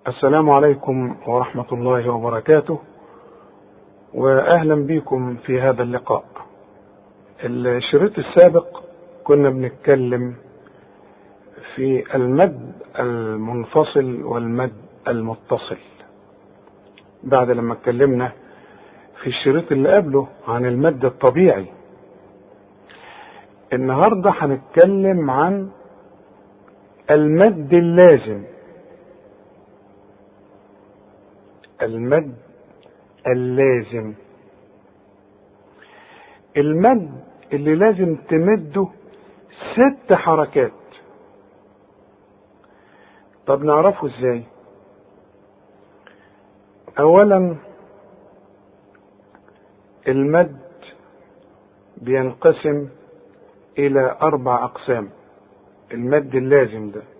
السلام عليكم ورحمة الله وبركاته، وأهلا بكم في هذا اللقاء. الشريط السابق كنا بنتكلم في المد المنفصل والمد المتصل، بعد لما اتكلمنا في الشريط اللي قبله عن المد الطبيعي. النهاردة هنتكلم عن المد اللازم. المد اللازم، المد اللي لازم تمده 6 حركات. طب نعرفه ازاي؟ اولا المد بينقسم الى 4 اقسام. المد اللازم ده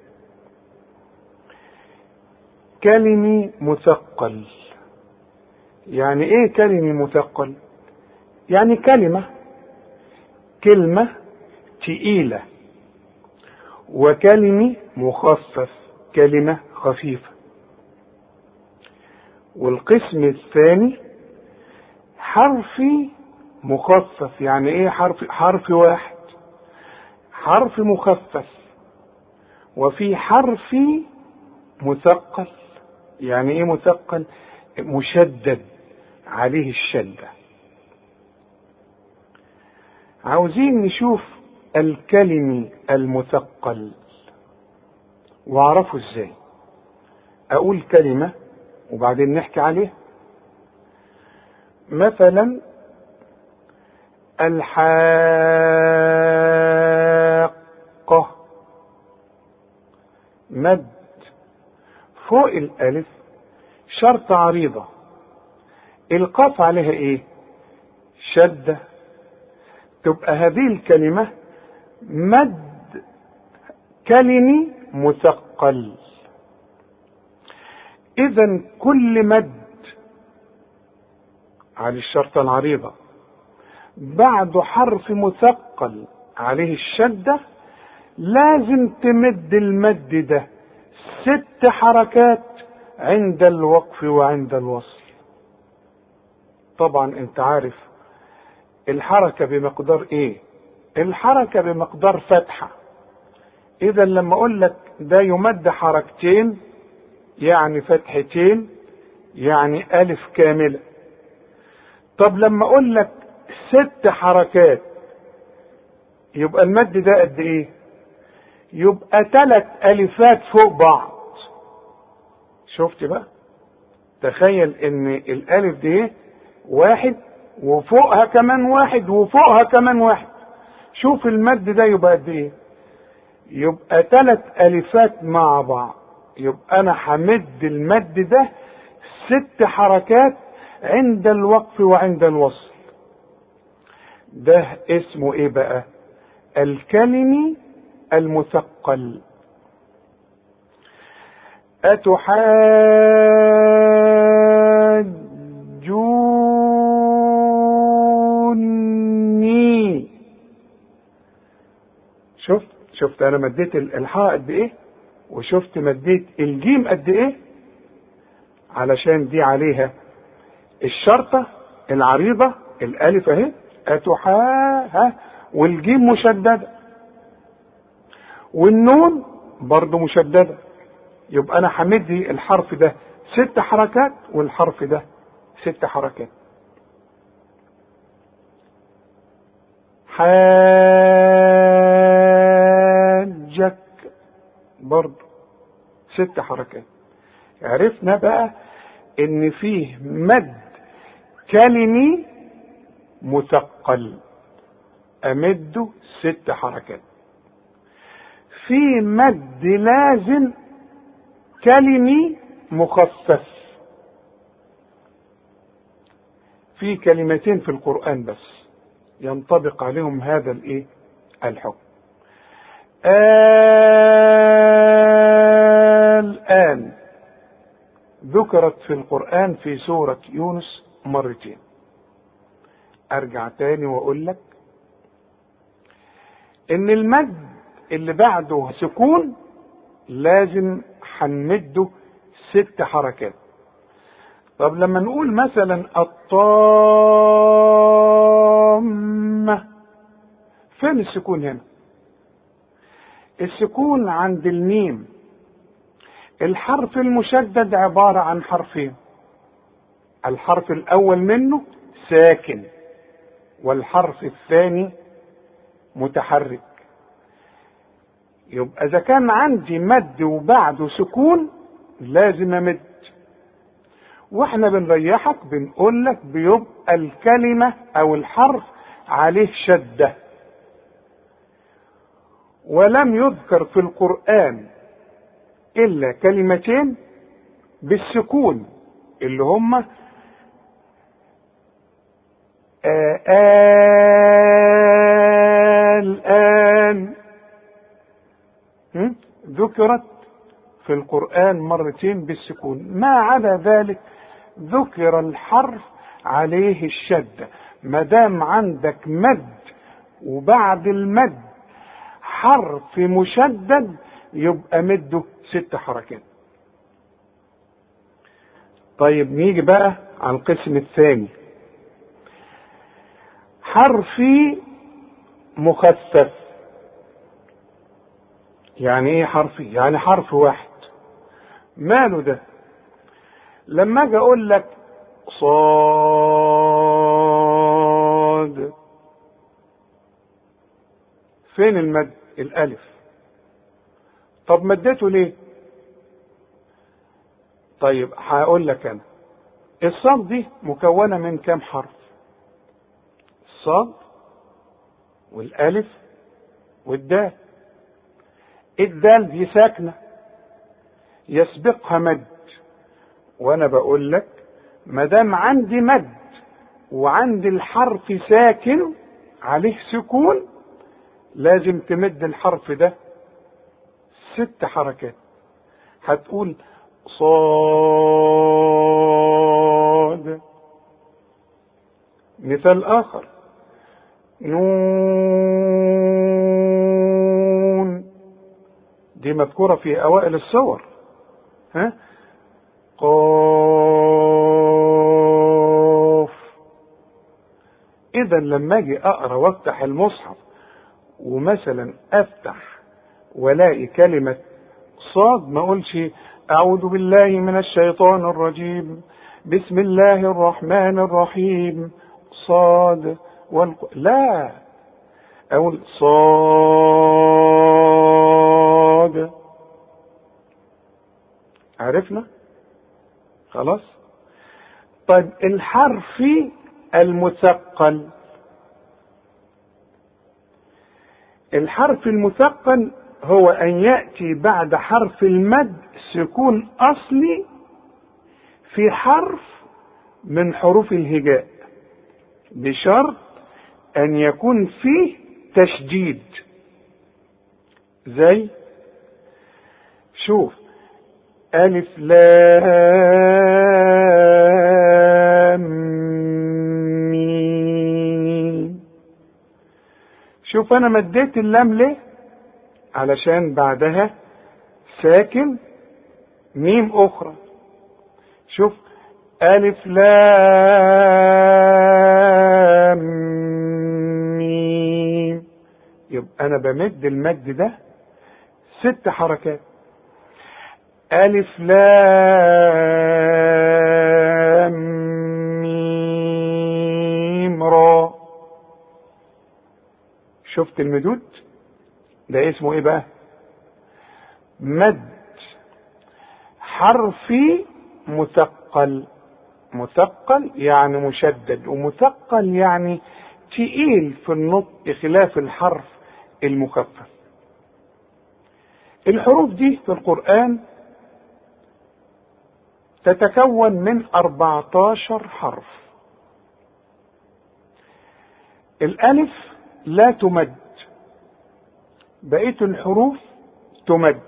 كلمي مثقل. يعني ايه كلمي مثقل؟ يعني كلمة تقيلة، وكلمي مخفف، كلمة خفيفة. والقسم الثاني حرفي مخفف. يعني ايه حرف واحد، حرف مخفف. وفي حرفي مثقل. يعني ايه مثقل؟ مشدد عليه الشدة. عاوزين نشوف الكلمي المثقل واعرفه ازاي. اقول كلمة وبعدين نحكي عليها. مثلا الحاقة، مد فوق الالف شرط عريضة، القاف عليها ايه؟ شدة. تبقى هذه الكلمة مد كلمي مثقل. اذا كل مد على الشرطة العريضة بعد حرف مثقل عليه الشدة لازم تمد المد ده 6 حركات عند الوقف وعند الوصل. طبعا انت عارف الحركة بمقدار ايه؟ الحركة بمقدار فتحة. اذا لما اقول لك ده يمد حركتين يعني فتحتين، يعني الف كاملة. طب لما اقول لك 6 حركات يبقى المد ده قد ايه؟ يبقى 3 الفات فوق بعض. شفت بقى؟ تخيل ان الالف دي 1 وفوقها كمان 1 وفوقها كمان 1. شوف المد ده يبقى قد ايه؟ يبقى 3 الفات مع بعض. يبقى انا همد المد ده 6 حركات عند الوقف وعند الوصل. ده اسمه ايه بقى؟ الكلمي المثقل. أتحاجوني. شفت انا مديت الحاء قد ايه، وشفت مديت الجيم قد ايه، علشان دي عليها الشرطة العريضة الالف اهي اتحا، والجيم مشددة والنون برضو مشددة. يبقى انا همدي الحرف ده 6 حركات والحرف ده 6 حركات. حاجك برضو 6 حركات. عرفنا بقى ان فيه مد كلمي مثقل امده 6 حركات. في مد لازم كلمي مخفف. في كلمتين في القرآن بس ينطبق عليهم هذا الايه؟ الحكم. الآن ذكرت في القرآن في سورة يونس مرتين. ارجع تاني واقول لك ان المد اللي بعده سكون لازم هنمده 6 حركات. طب لما نقول مثلا الطامة، فين السكون هنا؟ السكون عند الميم. الحرف المشدد عبارة عن حرفين، الحرف الأول منه ساكن والحرف الثاني متحرك. يبقى إذا كان عندي مد وبعده سكون لازم أمد، واحنا بنريحك بنقول لك بيبقى الكلمة أو الحرف عليه شدة. ولم يذكر في القرآن إلا كلمتين بالسكون اللي هما الآن، ذكرت في القرآن مرتين بالسكون. ما عدا ذلك ذكر الحرف عليه الشدة. ما دام عندك مد وبعد المد حرف مشدد يبقى مده 6 حركات. طيب نيجي بقى على القسم الثاني، حرفي مخفف. يعني ايه حرفي؟ يعني حرف واحد. ماله ده؟ لما اجي اقول لك صاد، فين المد؟ الالف. طب مدته ليه؟ طيب هقول لك انا، الصاد دي مكونه من كام حرف؟ الصاد والالف والدال. الدال دي ساكنه يسبقها مد، وانا بقول لك ما دام عندي مد وعندي الحرف ساكن عليه سكون لازم تمد الحرف ده 6 حركات. هتقول صاد. مثال اخر، نون، دي مذكورة في اوائل السور. قاف. اذا لما اجي اقرا وافتح المصحف ومثلا افتح والاقي كلمة صاد ما اقولش اعوذ بالله من الشيطان الرجيم بسم الله الرحمن الرحيم صاد لا، اقول صاد. عرفنا؟ خلاص. طيب الحرف المثقل، الحرف المثقل هو ان يأتي بعد حرف المد سكون اصلي في حرف من حروف الهجاء بشرط ان يكون فيه تشديد. زي شوف ألف لام ميم. شوف أنا مديت اللام ليه؟ علشان بعدها ساكن ميم أخرى. شوف ألف لام ميم، يبقى أنا بمد المد ده 6 حركات. ألف لام ميم را. شفت المدود ده اسمه ايه بقى؟ مد حرفي مثقل. مثقل يعني مشدد، ومثقل يعني تقيل في النطق خلاف الحرف المخفف. الحروف دي في القرآن تتكون من 14 حرف. الألف لا تمد، بقية الحروف تمد.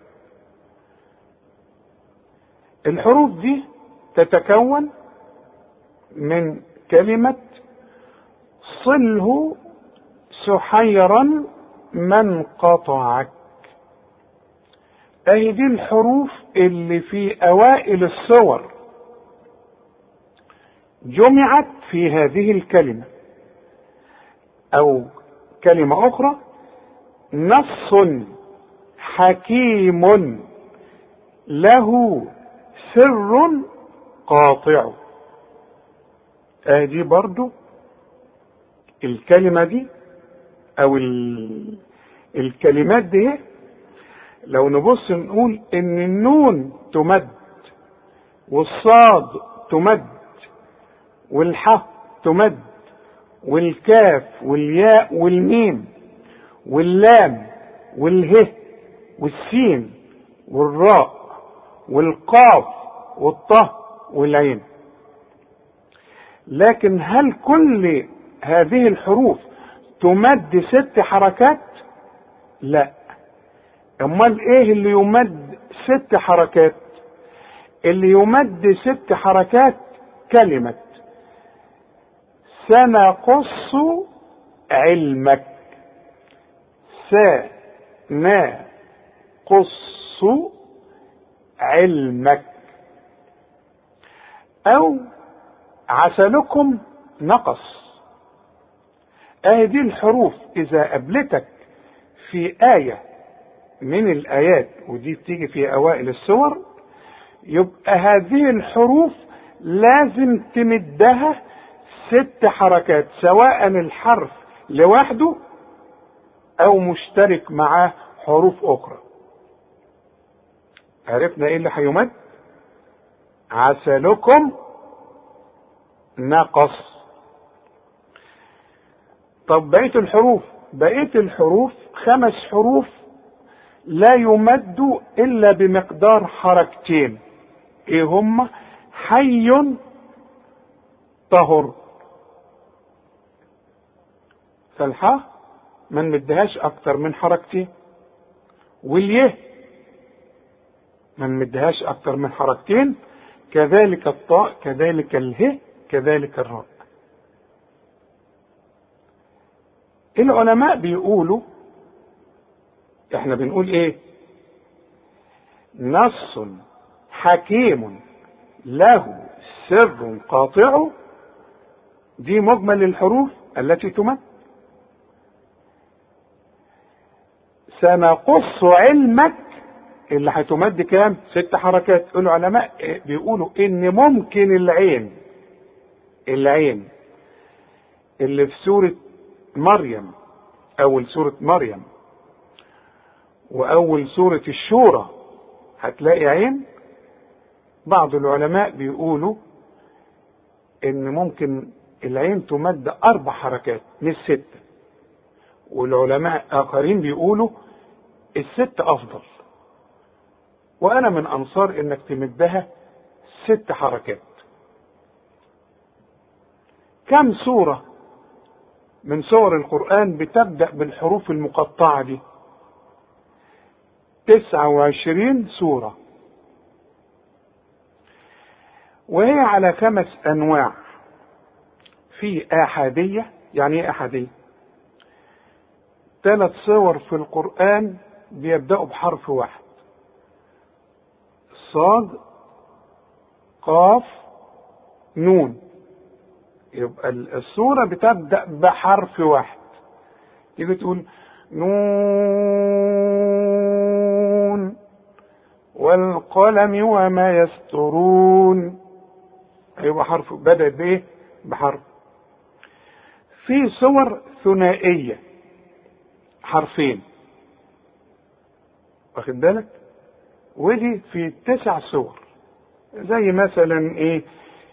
الحروف دي تتكون من كلمة صله سحيرا من قطعك. اهي دي الحروف اللي في اوائل السور جمعت في هذه الكلمة، او كلمة اخرى، نص حكيم له سر قاطع. دي برضو الكلمة دي او الكلمات دي، لو نبص نقول ان النون تمد والصاد تمد والحاء تمد والكاف والياء والميم واللام والهه والسين والراء والقاف والطه والعين. لكن هل كل هذه الحروف تمد 6 حركات؟ لا. امال ايه اللي يمد 6 حركات؟ اللي يمد 6 حركات كلمة سنقص علمك. سنقص علمك، او عسلكم نقص. دي الحروف اذا قابلتك في آية من الآيات، ودي بتيجي في اوائل السور، يبقى هذه الحروف لازم تمدها 6 حركات، سواء الحرف لوحده او مشترك معاه حروف اخرى. عرفنا ايه اللي هيمد؟ عسلكم نقص. طب بقية الحروف؟ بقية الحروف 5 حروف لا يمد الا بمقدار حركتين. ايه هم؟ حي طهر. فالحاء ما نمدهاش اكتر من حركتين، واليه ما نمدهاش اكتر من حركتين، كذلك الطاء، كذلك اله، كذلك الراء. العلماء بيقولوا، احنا بنقول ايه؟ نص حكيم له سر قاطع، دي مجمل الحروف التي تمد. سنقص علمك اللي هتمد كام؟ 6 حركات. العلماء بيقولوا ان ممكن العين اللي في سورة مريم، اول سورة مريم واول سورة الشورى هتلاقي عين. بعض العلماء بيقولوا ان ممكن العين تمد 4 حركات مش 6، والعلماء اخرين بيقولوا 6 افضل. وانا من انصار انك تمدها 6 حركات. كم سورة من سور القرآن بتبدأ بالحروف المقطعة دي؟ 29 سورة، وهي على 5 انواع. في احادية. يعني ايه احادية؟ 3 سور في القرآن بيبدأوا بحرف واحد: صاد، قاف، نون. يبقى السورة بتبدأ بحرف واحد. تيجي تقول نون والقلم وما يسطرون، هيبقى حرف بدأت بايه؟ بحرف. في سور ثنائية حرفين، واخد بالك؟ ودي في 9 سور، زي مثلا ايه؟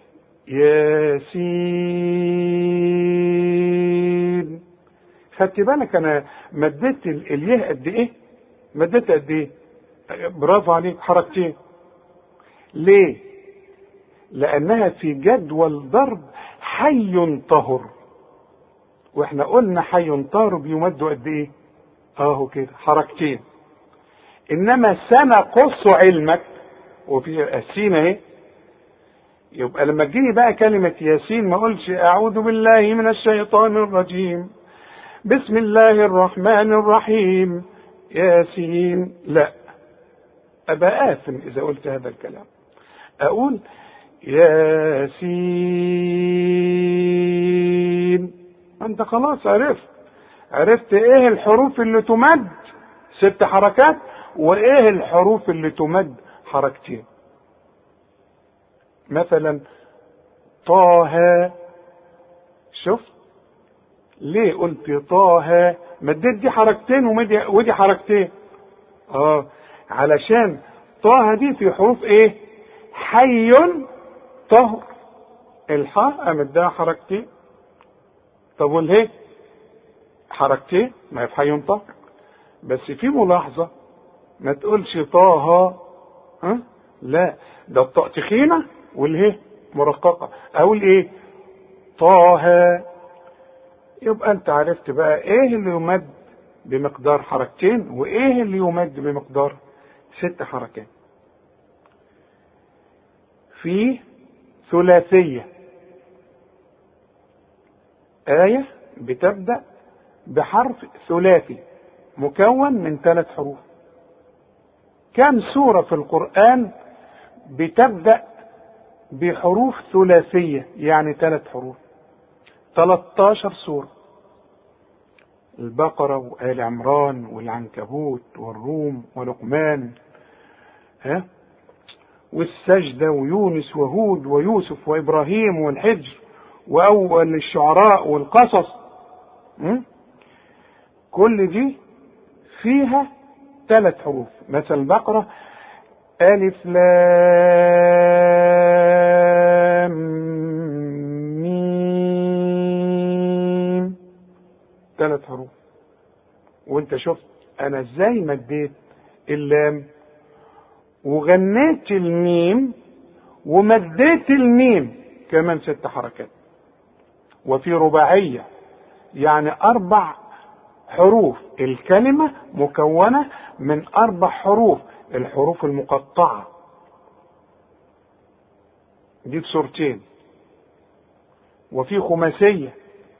ياسين. خدت بالك انا مديت اليه قد ايه؟ مديت قد ايه؟ برافو عليك، حركتين. ليه؟ لانها في جدول ضرب حي طهر، واحنا قلنا حي طهر بيمد قد ايه؟ اهو كده حركتين. انما سنقص علمك وفي السين اهي، يبقى لما تجيني بقى كلمة ياسين ما اقولش اعوذ بالله من الشيطان الرجيم بسم الله الرحمن الرحيم ياسين، لا، أبقى آثم إذا قلت هذا الكلام. أقول ياسين. أنت خلاص عرفت إيه الحروف اللي تمد 6 حركات، وإيه الحروف اللي تمد حركتين. مثلا طه، شوف ليه قلت طه؟ مديت دي حركتين ودي حركتين. علشان طه دي في حروف ايه؟ حي طهر. الحاء امدها حركتين. طب والهي حركتين، ما هي في حي طهر. بس في ملاحظة، ما تقولش طه، لا، ده الطاء تخينة والهي مرققة. اقول ايه؟ طه. يبقى انت عرفت بقى ايه اللي يمد بمقدار حركتين وايه اللي يمد بمقدار 6 حركات. في ثلاثية، آية بتبدأ بحرف ثلاثي مكون من 3 حروف. كم سورة في القرآن بتبدأ بحروف ثلاثية يعني 3 حروف؟ 13 سورة. البقرة وآل عمران والعنكبوت والروم ولقمان، والسجدة ويونس وهود ويوسف وإبراهيم والحجر وأول الشعراء والقصص. كل دي فيها 3 حروف. مثل البقرة ألف لام ميم، 3 حروف. وانت شفت انا ازاي مديت اللام وغنيت الميم ومديت الميم كمان 6 حركات. وفي رباعية يعني 4 حروف. الكلمة مكونة من 4 حروف، الحروف المقطعة دي بصورتين. وفي خماسية،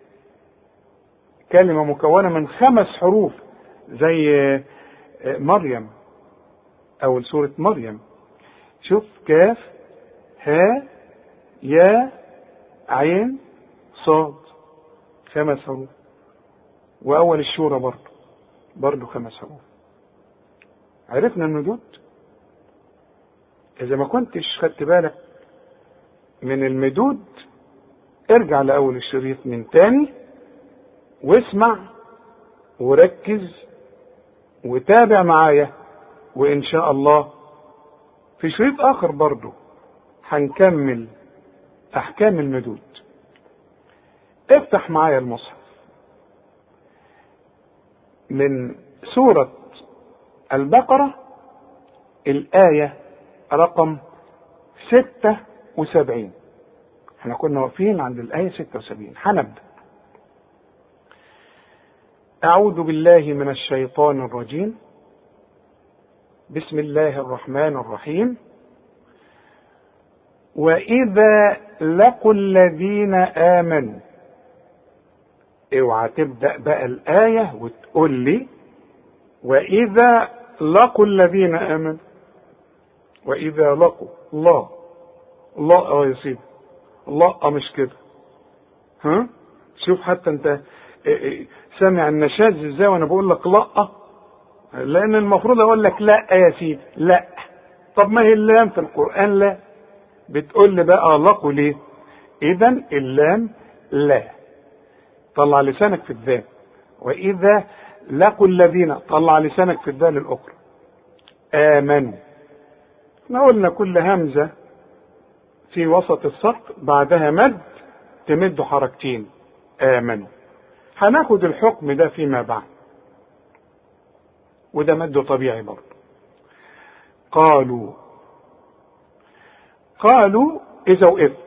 كلمة مكونة من 5 حروف زي مريم أو سورة مريم. شوف كاف ها يا عين صاد، 5 حروف. وأول الشورى برضو 5 حروف. عرفنا المدود. إذا ما كنتش خدت بالك من المدود ارجع لأول الشريط من تاني واسمع وركز وتابع معايا، وإن شاء الله في شريط آخر برضو هنكمل أحكام المدود. افتح معايا المصحف من سورة البقرة الآية رقم 76. احنا كنا واقفين عند الآية 76. هنبدأ. أعوذ بالله من الشيطان الرجيم. بسم الله الرحمن الرحيم. وإذا لقوا الذين آمنوا. اوعى تبدأ بقى الآية وتقول لي وإذا لقوا الذين آمنوا. وإذا لقوا الله يا سيدي، الله مش كده. شوف حتى انت سامع النشاز ازاي وانا بقول لك لا، لان المفروض اقول لك لا يا سيدي لا. طب ما هي اللام في القرآن لا، بتقول لي بقى لقوا ليه؟ اذا اللام لا. طلع لسانك في الذال. واذا لقوا الذين، طلع لسانك في الذال الاخرى. امنوا. احنا قلنا كل همزة في وسط السطر بعدها مد تمد حركتين. آمنوا. هناخد الحكم ده فيما بعد، وده مد طبيعي برضه. قالوا إذا وقفت.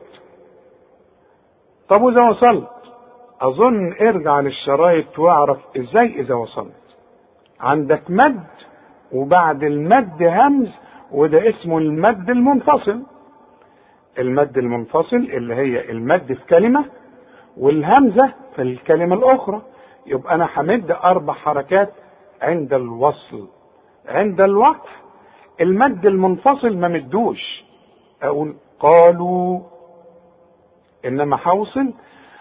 طب وإذا وصلت؟ أظن ارجع للشرايط واعرف إزاي إذا وصلت. عندك مد وبعد المد همز، وده اسمه المد المنفصل. المد المنفصل اللي هي المد في كلمة والهمزة في الكلمة الأخرى. يبقى أنا همد 4 حركات عند الوصل. عند الوقف المد المنفصل ما مدوش، اقول قالوا، انما حوصل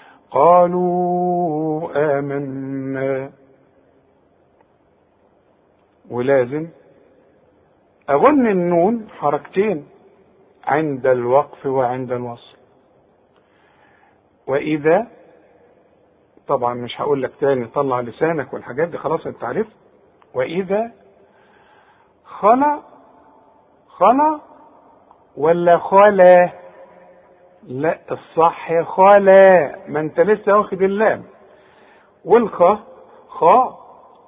قالوا آمنا. ولازم اغن النون حركتين عند الوقف وعند الوصل. واذا، طبعا مش هقول لك تاني طلع لسانك والحاجات دي، خلاص انت عرفت. واذا خلا، خلا ولا خلا؟ لا، الصح خلا، ما انت لسه واخد اللام. والخاء خاء،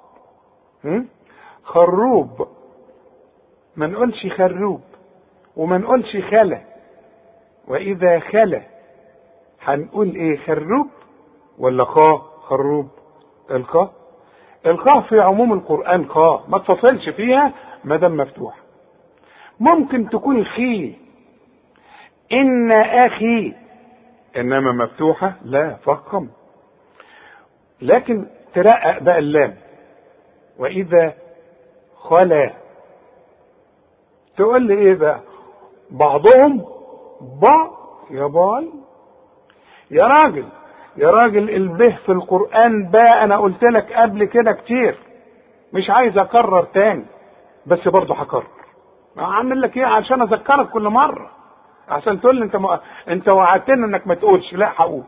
خروب، ما نقولش خروب وما نقولش خلا. واذا خلا هنقول ايه، خروب ولا خاء خروب؟ الخاء، الخاء في عموم القرآن خاء، ما تفصلش فيها ما دام مفتوح. ممكن تكون خي، ان اخي، انما مفتوحة لا، فخم. لكن ترقق بقى اللام. واذا خلا تقول لي ايه بقى؟ بعضهم بعض. يا باي يا راجل، يا راجل، البه في القرآن باء، انا قلت لك قبل كده كتير، مش عايز اكرر تاني، بس برضه هكرر. اعمل لك ايه عشان اذكرك كل مرة؟ عشان تقول لي انت وعدتني انك ما تقولش. لا، هقول.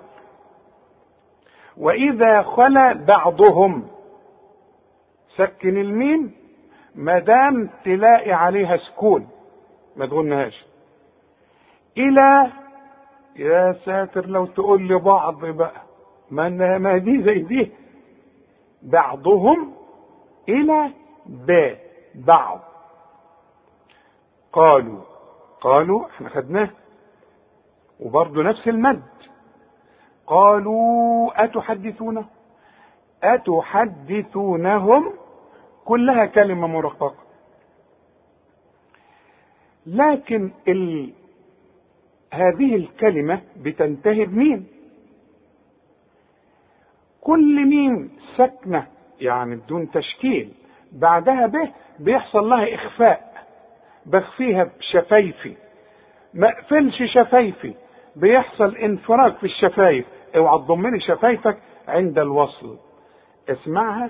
واذا خلا بعضهم، سكن الميم ما دام تلاقي عليها سكون، ما تغنهاش. الى، يا ساتر لو تقول لي بعض بقى، ما دي زي دي. بعضهم الى ب، بعض. قالوا، قالوا احنا خدناه، وبرضه نفس المد. قالوا أتحدثونه، أتحدثونهم، كلها كلمة مرققة. لكن هذه الكلمة بتنتهي بميم، كل ميم سكنة يعني بدون تشكيل بعدها به بيحصل لها إخفاء، بخفيها بشفايفي، ما اقفلش شفايفي، بيحصل انفراج في الشفايف. اوعى تضمني شفايفك عند الوصل. اسمعها،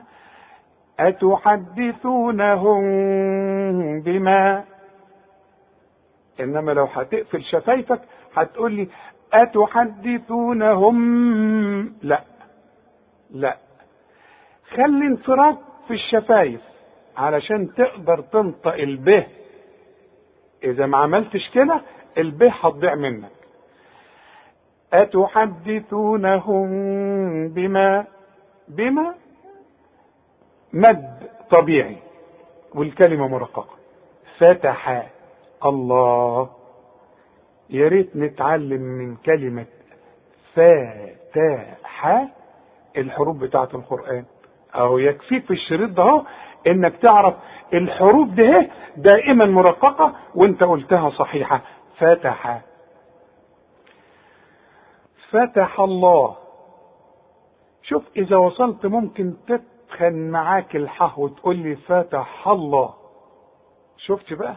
أتحدثونهم بما، انما لو هتقفل شفايفك هتقول لي أتحدثونهم، لا لا، خلي انفراج في الشفايف علشان تقدر تنطق الب. اذا ما عملتش كده الب هتضيع منك. أتحدثونهم بما، بما مد طبيعي والكلمة مرققة. فتح، الله، يا ريت نتعلم من كلمة فتح الحروف بتاعت القرآن. اهو يكفيك في الشريط ده اهو انك تعرف الحروف ده دائما مرققة وانت قلتها صحيحة. فتح، فتح الله. شوف اذا وصلت ممكن تتخن معاك الحاء وتقول لي فتح الله. شفت بقى؟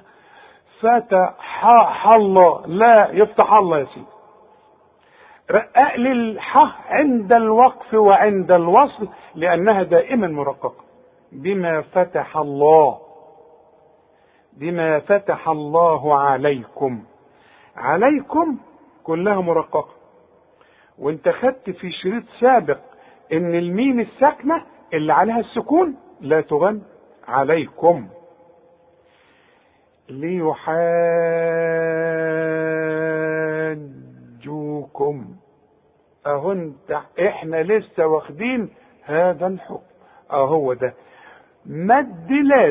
فتح الله، لا، يفتح الله يا سيدي. رقق لي الحاء عند الوقف وعند الوصل لانها دائما مرققة. بما فتح الله، بما فتح الله عليكم، عليكم كلها مرققة. وانت خدت في شريط سابق ان الميم الساكنة اللي عليها السكون لا تغن. عليكم. ليحاجوكم، اهو انت احنا لسه واخدين هذا الحكم. اهو ده مد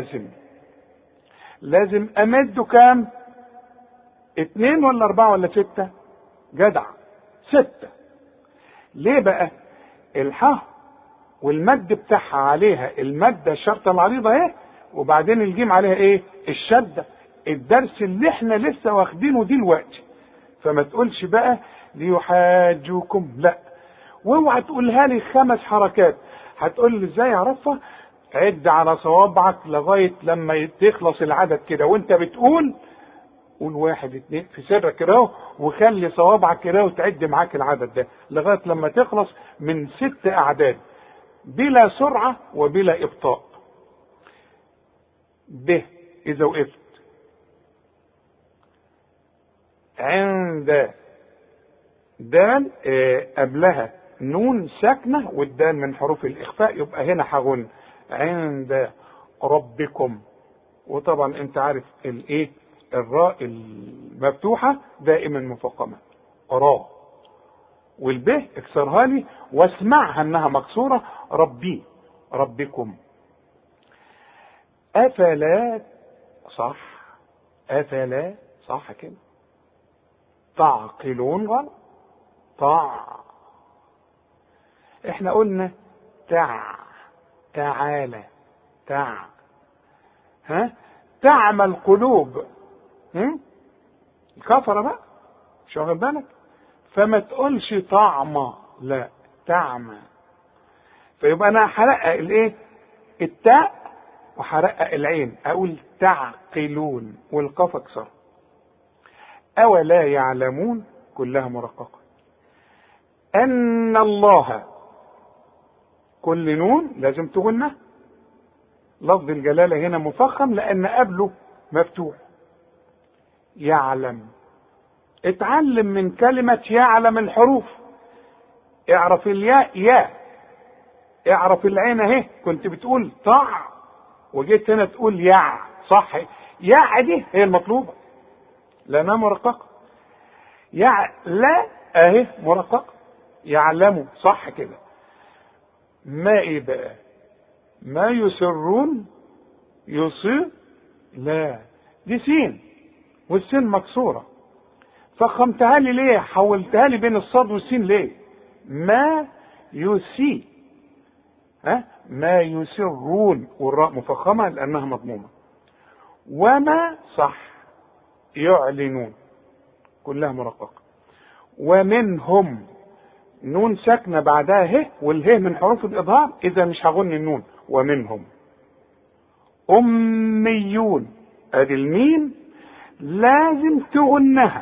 لازم امده كام؟ 2 ولا 4 ولا 6؟ جدع، 6. ليه بقى؟ الحاء والمد بتاعها عليها المادة الشرطة العريضة اهي، وبعدين الجيم عليها ايه؟ الشدة. الدرس اللي احنا لسه واخدينه دلوقتي. فما تقولش بقى ليحاجوكم، لا. واوعى تقولها لي 5 حركات. هتقول لي ازاي اعرفها؟ عد على صوابعك لغاية لما تخلص العدد كده، وانت بتقول قول 1 2 في سرك كده، وخلي صوابعك كده وتعد معاك العدد ده لغاية لما تخلص من 6 أعداد بلا سرعة وبلا إبطاء. ب إذا وقفت، عند، دال قبلها نون ساكنة والدال من حروف الإخفاء، يبقى هنا هغن عند ربكم. وطبعا انت عارف الايه، الراء المفتوحة دائما مفخمة راء، والب اكسرها لي واسمعها انها مكسورة، ربي ربكم. افلا، صح، افلا صح كده. تعقلون غلط، احنا قلنا تعالى تعمى القلوب، الكفرة بقى، مش واخد بالك؟ فما تقولش طعمة، لا تعمى. فيبقى انا هرقق الايه، التاء، وهرقق العين، اقول تعقلون والقاف اكسر. اولا يعلمون كلها مرققة. ان الله، كل نون لازم تغنى. لفظ الجلالة هنا مفخم لان قبله مفتوح. يعلم، اتعلم من كلمة يعلم الحروف، اعرف الياء يا، اعرف العين اهي، كنت بتقول طع وجيت هنا تقول يع، صح، يع دي هي المطلوبة لانها مرققة. يع لا اهي مرققة، يعلموا صح كده. ما ايه بقى، ما يسرون، يصير، لا دي سين والسين مكسورة، فخمتها لي ليه، حولتها لي بين الصاد والسين ليه؟ ما يسي، ما يسرون، والراء مفخمة لأنها مضمومة. وما صح، يعلنون كلها مرققة. ومنهم، نون ساكنة بعدها ه، والهه من حروف الإظهار، إذا مش هغني النون. ومنهم أميون، أدي الميم لازم تغنها،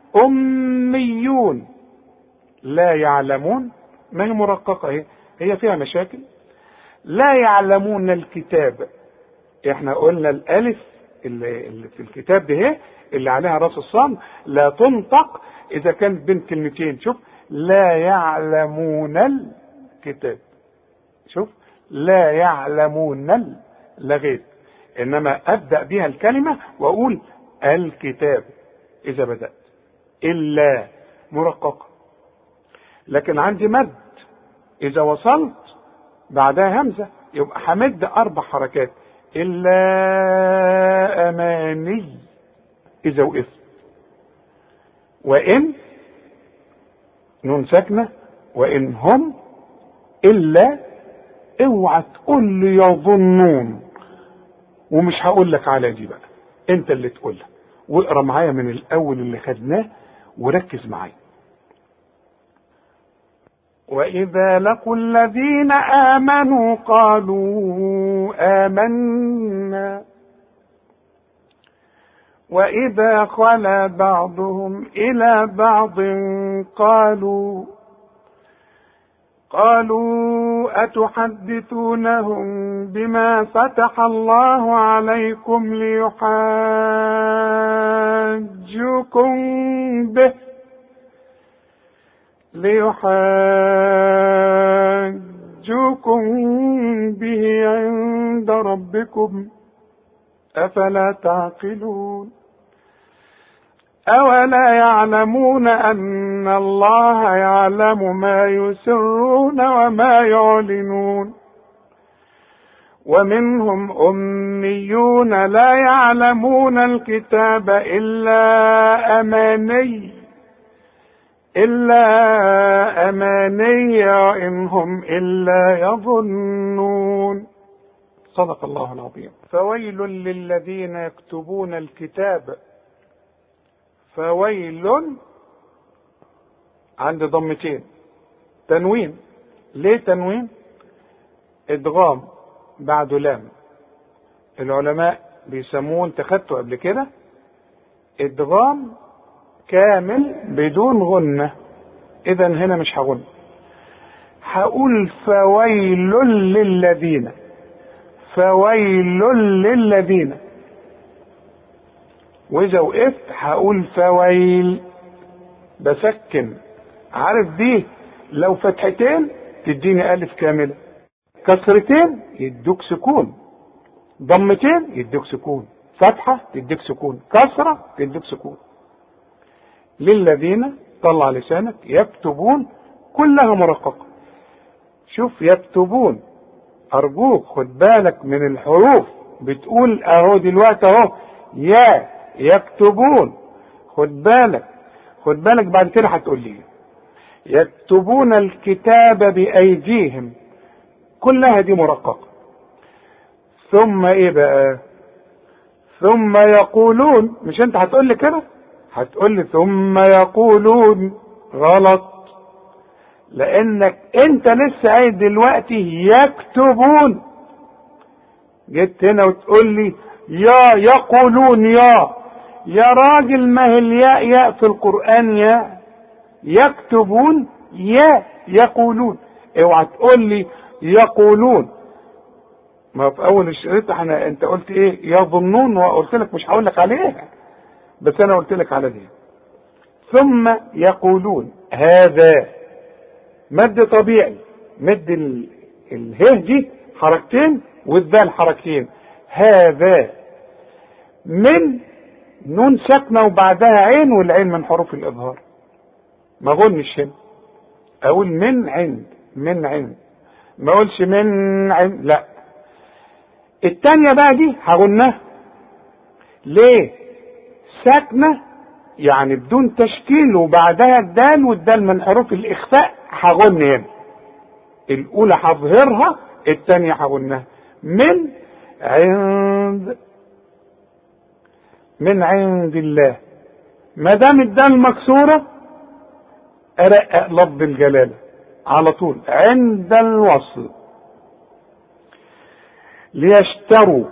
أميون لا يعلمون، ما هي مرققة، هي فيها مشاكل. لا يعلمون الكتاب، احنا قلنا الالف اللي في الكتاب ده اللي عليها راس الصاد لا تنطق اذا كانت بين كلمتين. شوف، لا يعلمون الكتاب، شوف لا يعلمون لغيت، انما ابدا بها الكلمه واقول الكتاب اذا بدات. الا مرققه، لكن عندي مد اذا وصلت بعدها همزه يبقى همد 4 حركات. الا اماني اذا وقفت. وان، نون ساكنه، وان هم الا، اوعى تقول لي يظنون، ومش هقول لك على دي بقى، انت اللي تقولها. واقرا معايا من الاول اللي خدناه وركز معايا. وإذا لقوا الذين آمنوا قالوا آمنا، وإذا خلا بعضهم إلى بعض قالوا أتحدثونهم بما فتح الله عليكم ليحاجوكم به عند ربكم أفلا تعقلون. أولا يعلمون أن الله يعلم ما يسرون وما يعلنون. ومنهم أميون لا يعلمون الكتاب إلا أماني إن هم إلا يظنون. صدق الله العظيم. فويل للذين يكتبون الكتاب، فويل عند ضمتين، تنوين. ليه تنوين؟ ادغام بعده لام. العلماء بيسموه، انت خدته قبل كده، ادغام كامل بدون غنة. اذا هنا مش هغن، هقول فويل للذين، فويل للذين. واذا وقفت هقول فويل، بسكن. عارف دي لو فتحتين تديني الف كاملة، كسرتين يدوك سكون، ضمتين يدوك سكون، فتحة تديك سكون، كسرة تديك سكون. للذين، طلع لسانك، يكتبون كلها مرققة. شوف يكتبون، ارجوك خد بالك من الحروف. بتقول اهو دلوقتي اهو يا يكتبون، خد بالك، خد بالك بعد كده هتقول لي يكتبون الكتاب بايديهم، كلها دي مرققة. ثم ايه بقى؟ ثم يقولون، مش انت هتقول لي كده؟ هتقول لي ثم يقولون، غلط، لانك انت لسه قايل دلوقتي يكتبون. جيت هنا وتقول لي يا يقولون، يا راجل، ما هي الياء ياء في القرآن، يا يكتبون يا يقولون. اوعى تقول لي يقولون. ما في اول الشريط انت قلت ايه؟ يظنون، وقلت لك مش هقول لك عليها، بس انا قلت لك على دي. ثم يقولون، هذا مد طبيعي، مد اله دي حركتين والذال حركتين. هذا من نون ساكنه وبعدها عين، والعين من حروف الاظهار. ما اقولش هنا، اقول من عند، من عند، ما اقولش من عند، لا. التانية بقى دي هغنها ليه؟ ساكنه يعني بدون تشكيل وبعدها الدال، والدال من حروف الاخفاء، هغن هنا. الاولى هظهرها، الثانيه هغنها. من عند، من عند الله. ما دام الدال مكسوره ارقق لفظ الجلاله على طول عند الوصل. ليشتروا،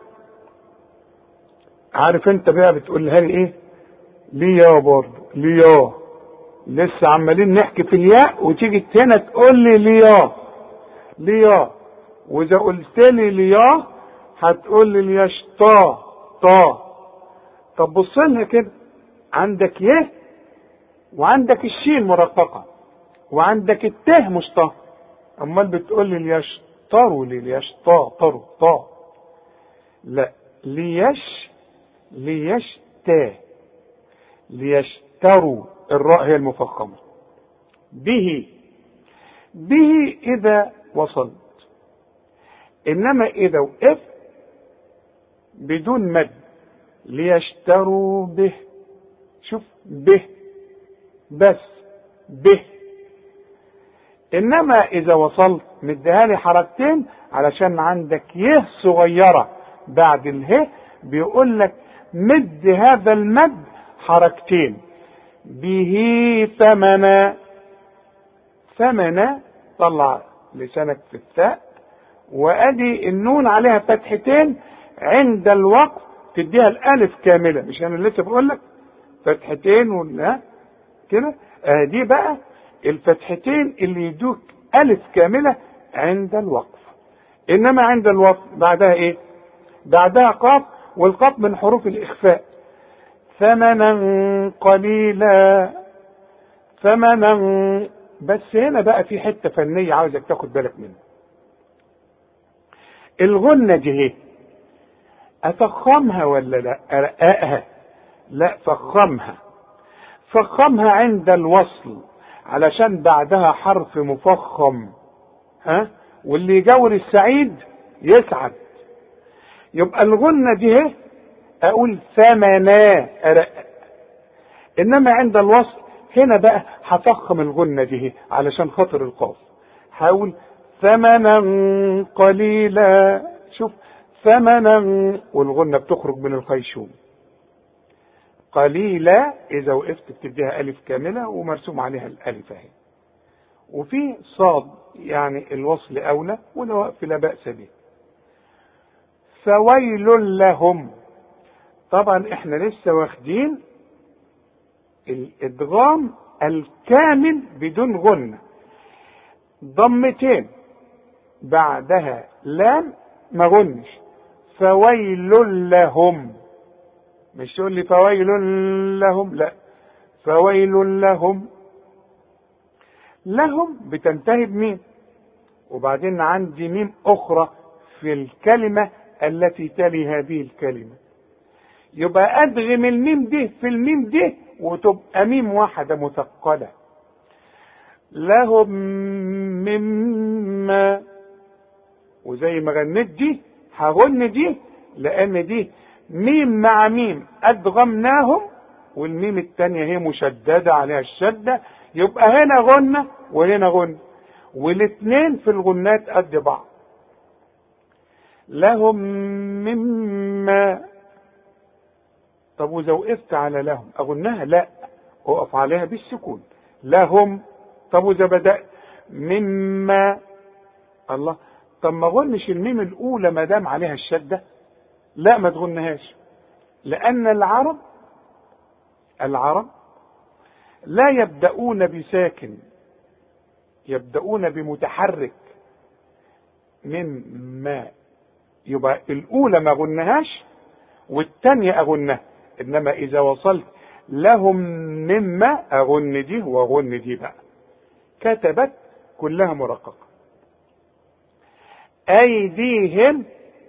عارف انت بقى بتقولها لي ايه؟ ليا برضه، ليا، لسه عمالين نحكي في الياء وتيجي هنا تقول لي ليا، ليا. واذا قلت لي ليا هتقول لي ليشطا، طا. طب بص لها كده، عندك يه وعندك الشين مرققه وعندك الته مش طا، امال بتقول لي ليشطروا لي؟ ليشطا طروا طا، لا، ليشتا، ليشتروا، الراء هي المفخمة. به، به إذا وصلت، إنما إذا وقف بدون مد، ليشتروا به. شوف به بس، به. إنما إذا وصلت مديها لي حركتين علشان عندك يه صغيرة بعد اله، بيقول لك مد هذا المد حركتين. به ثمنا، ثمنا، طلع لسانك في الثاء، وادي النون عليها فتحتين، عند الوقف تديها الالف كامله. مش انا لسه بقول لك فتحتين ولا كده؟ دي بقى الفتحتين اللي يدوك الف كامله عند الوقف. انما عند الوقف بعدها ايه؟ بعدها قاف، والقاف من حروف الاخفاء. ثمنا قليلا، ثمنا. بس هنا بقى في حته فنيه عاوزك تاخد بالك منها. الغنه دي ايه؟ افخمها ولا لا؟ ارققها؟ لا، فخمها. فخمها عند الوصل علشان بعدها حرف مفخم، واللي يجور السعيد يسعد. يبقى الغنه دي ايه؟ اقول ثمنا، ارقق. انما عند الوصل هنا بقى هفخم الغنه دي علشان خاطر القاف، هقول ثمنا قليلا. شوف، ثمنا، والغنه بتخرج من الخيشوم. قليلا اذا وقفت بتديها الف كامله ومرسوم عليها الالف اهي. وفي صاد يعني الوصل اولى، وده وقف لا باس به. فويل لهم. طبعا احنا لسه واخدين الادغام الكامل بدون غنة، ضمتين بعدها لام ما غنش، فويل لهم. مش تقول لي فويل لهم، لا، فويل لهم. لهم بتنتهي بميم، وبعدين عندي ميم اخرى في الكلمة التي تلي هذه الكلمة، يبقى ادغم الميم دي في الميم دي وتبقى ميم واحدة مثقلة. لهم مما، وزي ما غنيت دي هغن دي، لان دي ميم مع ميم ادغمناهم، والميم التانية هي مشددة عليها الشدة، يبقى هنا غنة وهنا غنة، والاثنين في الغنات قد بعض. لهم مما. طب واذا وقفت على لهم اغنها؟ لا، اقف عليها بالسكون. لهم. طب واذا بدأت مما، الله، طب ما غنش الميم الاولى ما دام عليها الشدة؟ لا، ما تغنهاش، لان العرب لا يبدأون بساكن، يبدأون بمتحرك مما، يبقى الاولى ما غنهاش والتانية اغنها، انما اذا وصلت لهم مما اغن دي واغن دي بقى. كتبت كلها مرققة. ايديهم،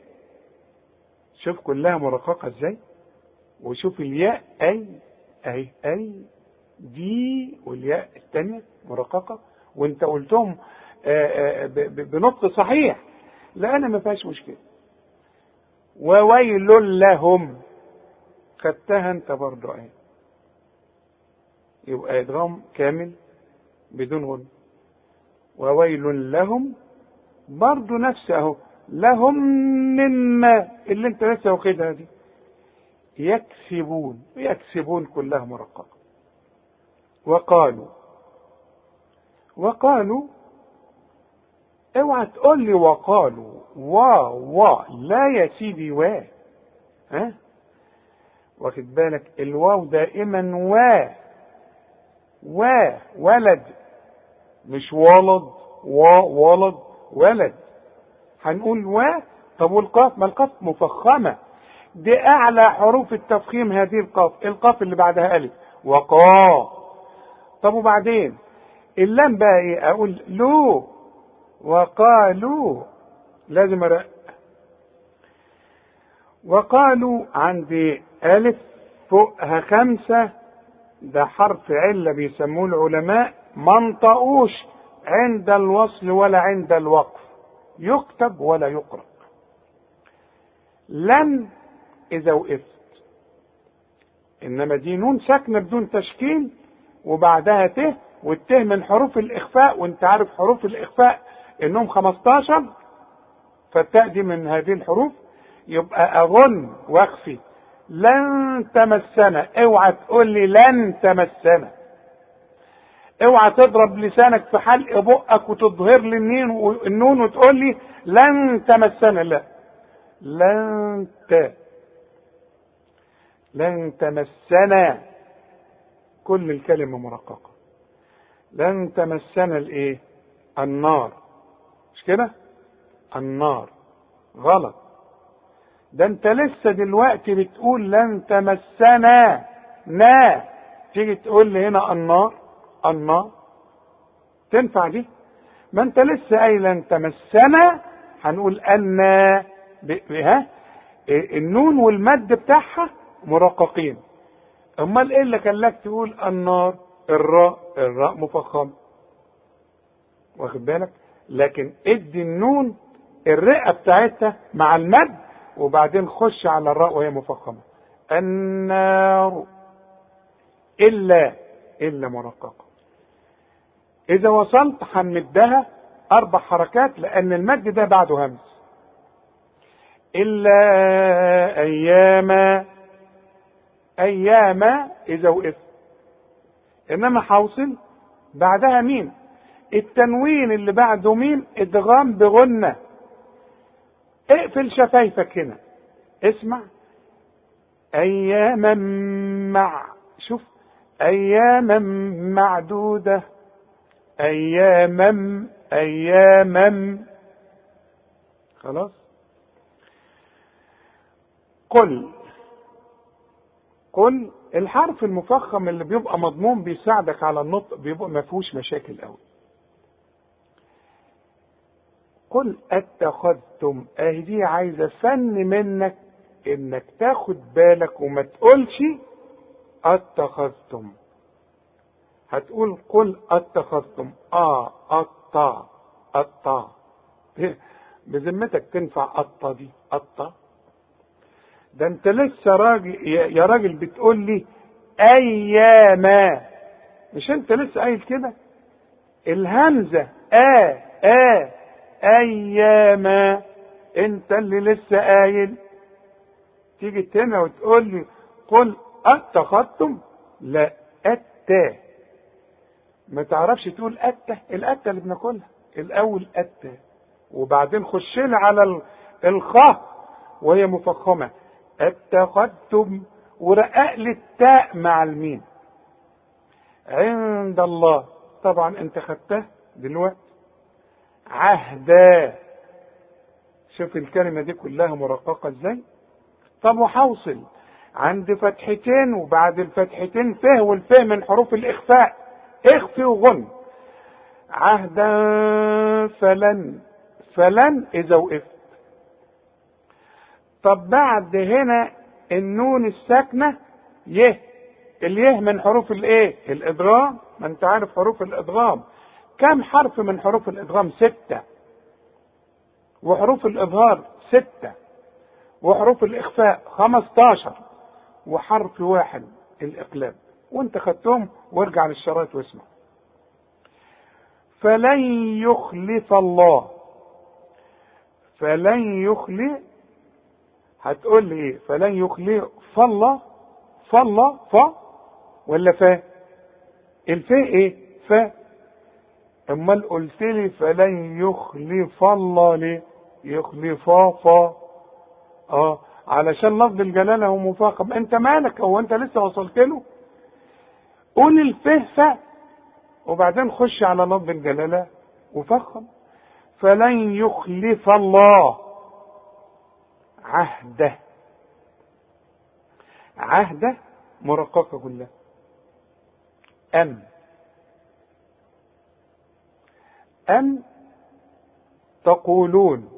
شوف كلها مرققة ازاي، وشوف الياء اي دي، والياء الثانية مرققة، وانت قلتهم بنطق صحيح، لأن ما فيهاش مشكلة. وويل لهم، خدتها انت برضو اهي، يبقى ادغام كامل بدون غن. وويل لهم برضو نفس اهو، لهم مما اللي انت لسه واخدها دي. يكسبون كلها مرققة. وقالوا اوعى تقول لي وقالوا لا يا سيدي، ها، واخد بالك؟ الواو دائما ولد، مش ولد، ولد ولد، هنقول طب والقاف؟ ما القاف مفخمة، دي اعلى حروف التفخيم هذه القاف اللي بعدها الف، وقا. طب وبعدين اللام بقى ايه؟ اقول لو، وقالوا، لازم ارق. وقالوا عندي الف فوقها 5، ده حرف علة بيسموه العلماء، ما انطقوش عند الوصل ولا عند الوقف، يكتب ولا يقرأ. لن اذا وقفت، انما دي نون ساكنة بدون تشكيل وبعدها ت، والته من حروف الاخفاء، وانت عارف حروف الاخفاء انهم 15، فالتاء دي من هذه الحروف، يبقى اغن واخفي. لن تمسنا، اوعى تقول لي لن تمسنا، اوعى تضرب لسانك في حلق بقك وتظهر لي النون وتقول لي لن تمسنا، لا، لن تمسنا، كل الكلمة مرققة. لن تمسنا الايه؟ النار، مش كده؟ النار غلط، ده انت لسه دلوقتي بتقول لن تمسنا، تيجي تقول لي هنا النار تنفع دي؟ ما انت لسه قايل لن تمسنا، هنقول النون والمد بتاعها مرققين. امال ايه اللي خلاك تقول النار؟ الراء مفخمه، واخد بالك؟ لكن ادي النون الرئه بتاعتها مع المد، وبعدين خش على الراء وهي مفخمه. النار الا مرققه. اذا وصلت هنمدها 4 حركات، لان المد ده بعده همس. الا اياما اذا وقفت، انما حوصل بعدها ميم، التنوين اللي بعده ميم ادغام بغنة. اقفل شفايفك هنا، اسمع، اياما شوف، اياما معدودة، اياما خلاص. قل الحرف المفخم اللي بيبقى مضموم بيساعدك على النطق، بيبقى ما فيهوش مشاكل قوي. قل اتخذتم، اهي دي عايزه فن منك انك تاخد بالك وما تقولش اتخذتم. هتقول قل اتخذتم، الطا بذمتك تنفع الطا دي؟ الطا ده انت لسه راجل يا راجل بتقول لي اياما، مش انت لسه قايل كده؟ الهمزه اياما، انت اللي لسه قايل. تيجي هنا وتقول لي قل اتخذتم؟ لا، التا ما تعرفش تقول الأتة اللي بناكلها الاول أتة، وبعدين خش لي على الخاء وهي مفخمه اتخذتم، ورقق لي التاء مع الميم. عند الله طبعا انت خدتها دلوقتي. عهدا، شوف الكلمه دي كلها مرققه ازاي. طب وحوصل عند فتحتين، وبعد الفتحتين فه، والفه من حروف الاخفاء، اخفي وغن. عهدا فلن اذا وقفت. طب بعد هنا النون الساكنه اليه من حروف الايه؟ الادغام. ما انت عارف حروف الادغام كم حرف من حروف الادغام؟ 6، وحروف الاظهار 6، وحروف الاخفاء 15، وحرف واحد الاقلاب. وانت خدتهم، وارجع للشرايط واسمع. فلن يخلف الله، فلن يخلف، هتقول لي ايه؟ فلن يخلف الله، ولا فا؟ الفاء ايه؟ فا. امال قلت لي فلن يخلف الله ليه؟ يخلفا فا. علشان لفظ الجلاله هو مفخم. انت مالك؟ هو انت لسه وصلت له؟ قول الفه فا، وبعدين خش على لفظ الجلاله وفخم. فلن يخلف الله عهده مرققه كلها. أم تقولون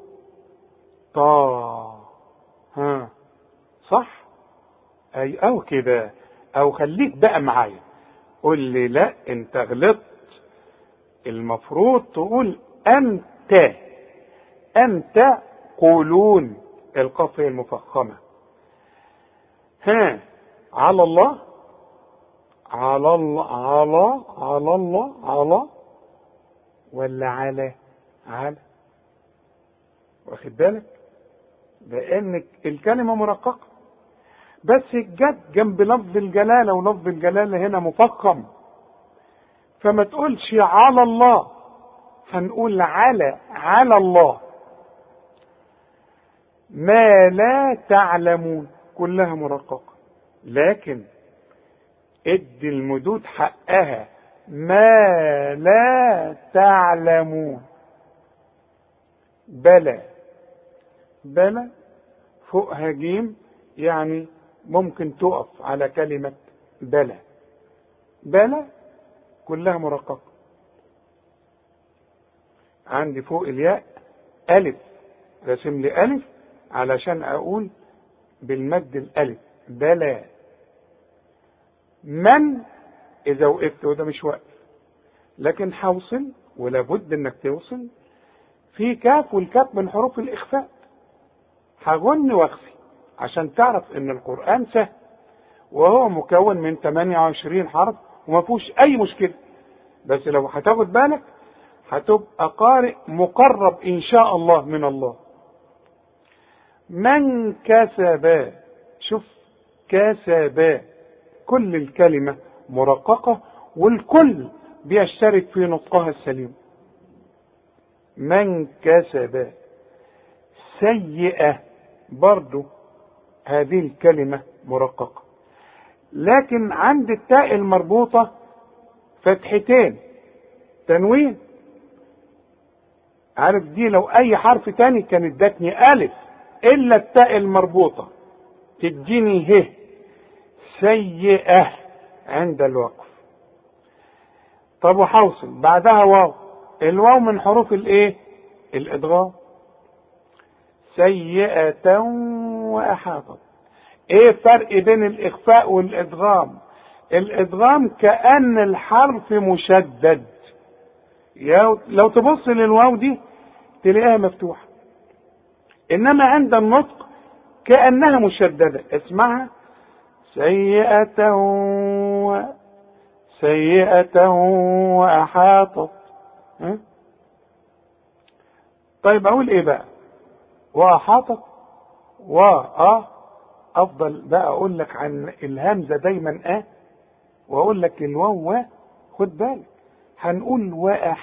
صح؟ أي أو كده، أو خليك بقى معايا قول لي لا أنت غلطت. المفروض تقول أنت قولون، القافية المفخمة. على الله، ولا على واخد بالك؟ لان الكلمه مرققه، بس جت جنب لفظ الجلاله، ولفظ الجلاله هنا مفخم، فما تقولش على الله، هنقول على الله. ما لا تعلمون كلها مرققه، لكن ادي المدود حقها. ما لا تعلمون. بلى فوقها جيم، يعني ممكن تقف على كلمة بلى كلها مرققة. عندي فوق الياء ألف، رسم لي ألف علشان أقول بالمد الألف بلى. من إذا وقفت، وده مش وقف، لكن حوصل، ولابد إنك توصل. في كاف، والكاف من حروف الإخفاء، هغن واخفي عشان تعرف إن القرآن سهل، وهو مكون من 28 حرف وما فيهوش أي مشكلة. بس لو هتاخد بالك هتبقى قارئ مقرب إن شاء الله من الله. من كسب، شوف كسب، كل الكلمة مرققة، والكل بيشترك في نطقها السليم. من كسب سيئة، برضو هذه الكلمة مرققة. لكن عند التاء المربوطة فتحتين تنوين. عارف دي لو اي حرف تاني كان ادتني الف، الا التاء المربوطة تديني ه سيئة عند الوقف. طب وحوصل بعدها واو، الواو من حروف الايه؟ الادغام. سيئة وأحاطت. ايه الفرق بين الاخفاء والادغام؟ الادغام كأن الحرف مشدد، لو تبص للواو دي تلاقيها مفتوحة، انما عند النطق كأنها مشددة. اسمعها سيئة وأحاطت. طيب اقول ايه بقى؟ وأحاطت افضل بقى اقول لك عن الهمزة دايما واقول لك الواو خد بالك هنقول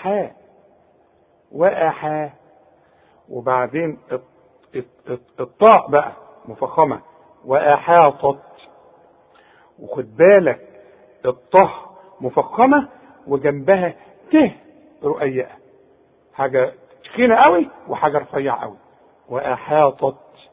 وأحا، وبعدين الطاء بقى مفخمة وأحاطت، وخد بالك الطه مفخمة وجنبها ت رقيقة، حاجة تخينة قوي وحاجة رفيعة قوي. وأحاطت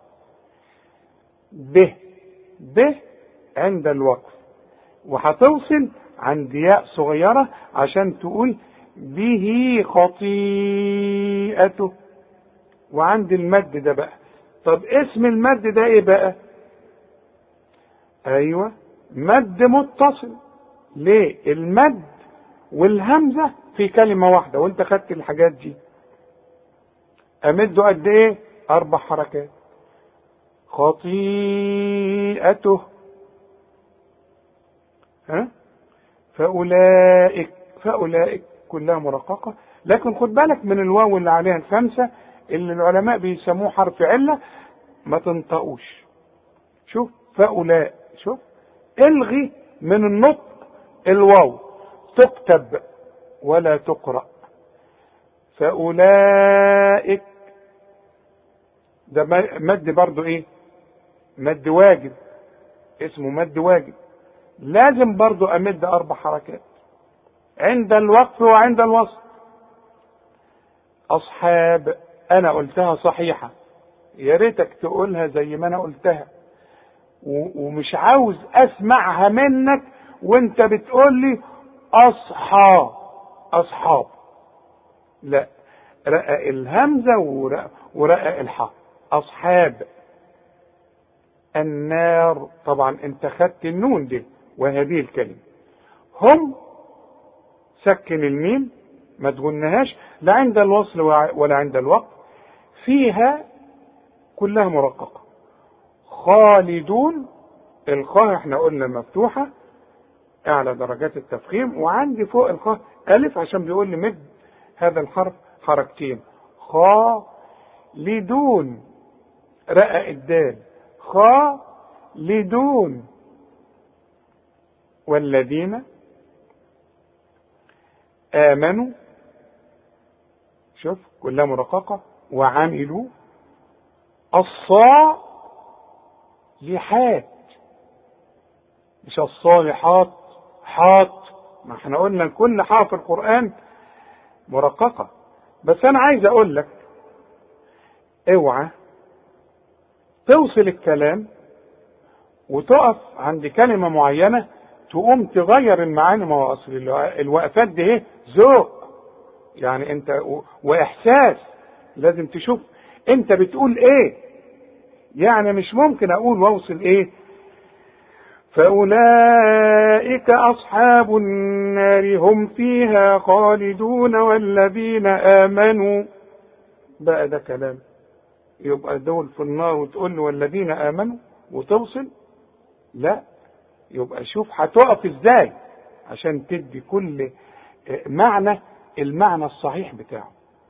ب عند الوقف، وهتوصل عند ياء صغيرة عشان تقول به خطيئته. وعند المد ده بقى، طب اسم المد ده ايه بقى؟ ايوه مد متصل. ليه؟ المد والهمزة في كلمة واحدة، وانت خدت الحاجات دي. امده قد ايه؟ 4 حركات. خطيئته فأولئك كلها مرققة. لكن خد بالك من الواو اللي عليها الخمسة اللي العلماء بيسموه حرف علة، ما تنطقوش. شوف فأولئك، شوف الغي من النطق الواو، تكتب ولا تقرأ. فأولئك ده مد برضو ايه؟ مد واجب، اسمه مد واجب. لازم برضو امد 4 حركات عند الوقف وعند الوصل. اصحاب انا قلتها صحيحة، يا ريتك تقولها زي ما انا قلتها، ومش عاوز اسمعها منك وانت بتقول لي اصحاب. لا، رقق الهمزة ورقق الحاء. اصحاب النار، طبعا انت خدت النون دي وهذه الكلمة. هم سكن الميم ما تغنهاش لا عند الوصل ولا عند الوقف، فيها كلها مرققة. خالدون، الخاء احنا قلنا مفتوحة اعلى درجات التفخيم، وعندي فوق الخاء الف عشان بيقول لي مد هذا الحرف حركتين. خالدون، رقق الدال. خالدون. والذين آمنوا، شوف كلها مرققة. وعملوا الصالحات، مش الصالحات حاط، ما احنا قلنا كل حاء في القرآن مرققة. بس انا عايز اقول لك اوعى توصل الكلام وتقف عند كلمة معينة تقوم تغير المعاني. ما هو اصل الوقفات دي ايه؟ ذوق يعني، انت واحساس. لازم تشوف انت بتقول ايه. يعني مش ممكن اقول واوصل ايه فأولئك أصحاب النار هم فيها خالدون والذين آمنوا، بقى ده كلام يبقى دول في النار وتقول له والذين آمنوا وتوصل؟ لا، يبقى شوف هتقف ازاي عشان تدي كل معنى المعنى الصحيح بتاعه.